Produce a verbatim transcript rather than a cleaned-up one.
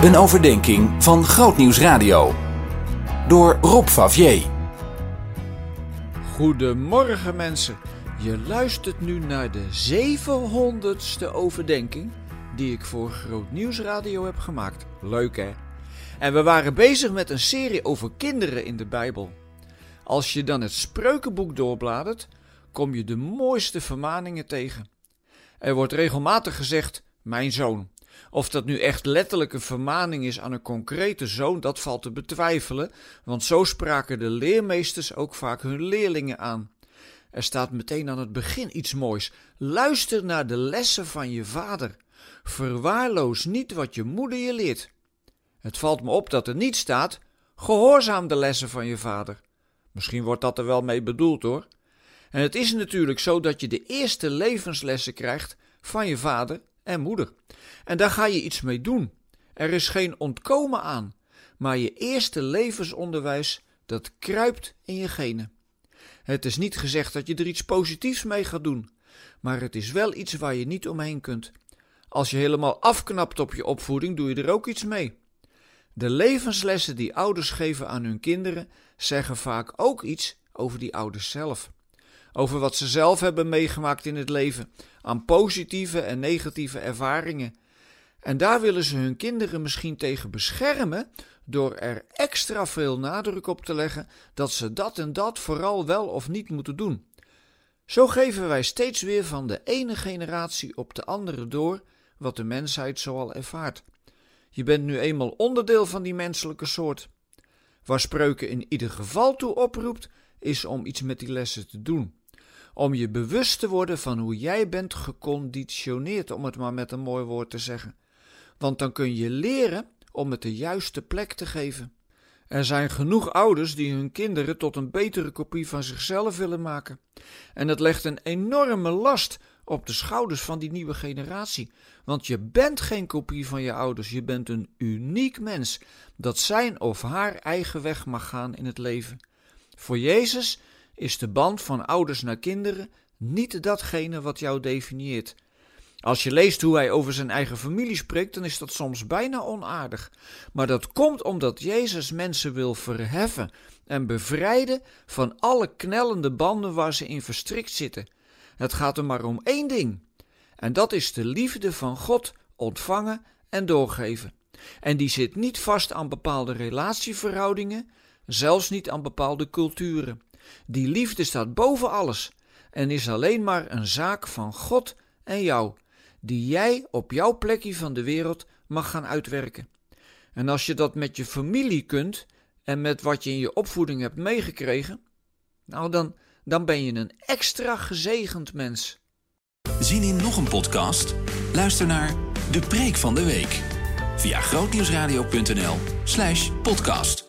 Een overdenking van Grootnieuws Radio. Door Rob Favier. Goedemorgen mensen. Je luistert nu naar de zevenhonderdste overdenking die ik voor Grootnieuws Radio heb gemaakt. Leuk hè? En we waren bezig met een serie over kinderen in de Bijbel. Als je dan het Spreukenboek doorbladert, kom je de mooiste vermaningen tegen. Er wordt regelmatig gezegd, mijn zoon. Of dat nu echt letterlijk een vermaning is aan een concrete zoon, dat valt te betwijfelen, want zo spraken de leermeesters ook vaak hun leerlingen aan. Er staat meteen aan het begin iets moois. Luister naar de lessen van je vader. Verwaarloos niet wat je moeder je leert. Het valt me op dat er niet staat, gehoorzaam de lessen van je vader. Misschien wordt dat er wel mee bedoeld hoor. En het is natuurlijk zo dat je de eerste levenslessen krijgt van je vader en moeder. En daar ga je iets mee doen. Er is geen ontkomen aan. Maar je eerste levensonderwijs, dat kruipt in je genen. Het is niet gezegd dat je er iets positiefs mee gaat doen. Maar het is wel iets waar je niet omheen kunt. Als je helemaal afknapt op je opvoeding, doe je er ook iets mee. De levenslessen die ouders geven aan hun kinderen, zeggen vaak ook iets over die ouders zelf. Over wat ze zelf hebben meegemaakt in het leven, aan positieve en negatieve ervaringen. En daar willen ze hun kinderen misschien tegen beschermen door er extra veel nadruk op te leggen dat ze dat en dat vooral wel of niet moeten doen. Zo geven wij steeds weer van de ene generatie op de andere door wat de mensheid zoal ervaart. Je bent nu eenmaal onderdeel van die menselijke soort. Waar Spreuken in ieder geval toe oproept, is om iets met die lessen te doen. Om je bewust te worden van hoe jij bent geconditioneerd, om het maar met een mooi woord te zeggen. Want dan kun je leren om het de juiste plek te geven. Er zijn genoeg ouders die hun kinderen tot een betere kopie van zichzelf willen maken. En dat legt een enorme last op de schouders van die nieuwe generatie. Want je bent geen kopie van je ouders, je bent een uniek mens dat zijn of haar eigen weg mag gaan in het leven. Voor Jezus is de band van ouders naar kinderen niet datgene wat jou definieert. Als je leest hoe hij over zijn eigen familie spreekt, dan is dat soms bijna onaardig. Maar dat komt omdat Jezus mensen wil verheffen en bevrijden van alle knellende banden waar ze in verstrikt zitten. Het gaat er maar om één ding. En dat is de liefde van God ontvangen en doorgeven. En die zit niet vast aan bepaalde relatieverhoudingen, zelfs niet aan bepaalde culturen. Die liefde staat boven alles en is alleen maar een zaak van God en jou, die jij op jouw plekje van de wereld mag gaan uitwerken. En als je dat met je familie kunt en met wat je in je opvoeding hebt meegekregen, nou dan, dan ben je een extra gezegend mens. Zin in nog een podcast? Luister naar De Preek van de Week via grootnieuwsradio punt n l slash podcast.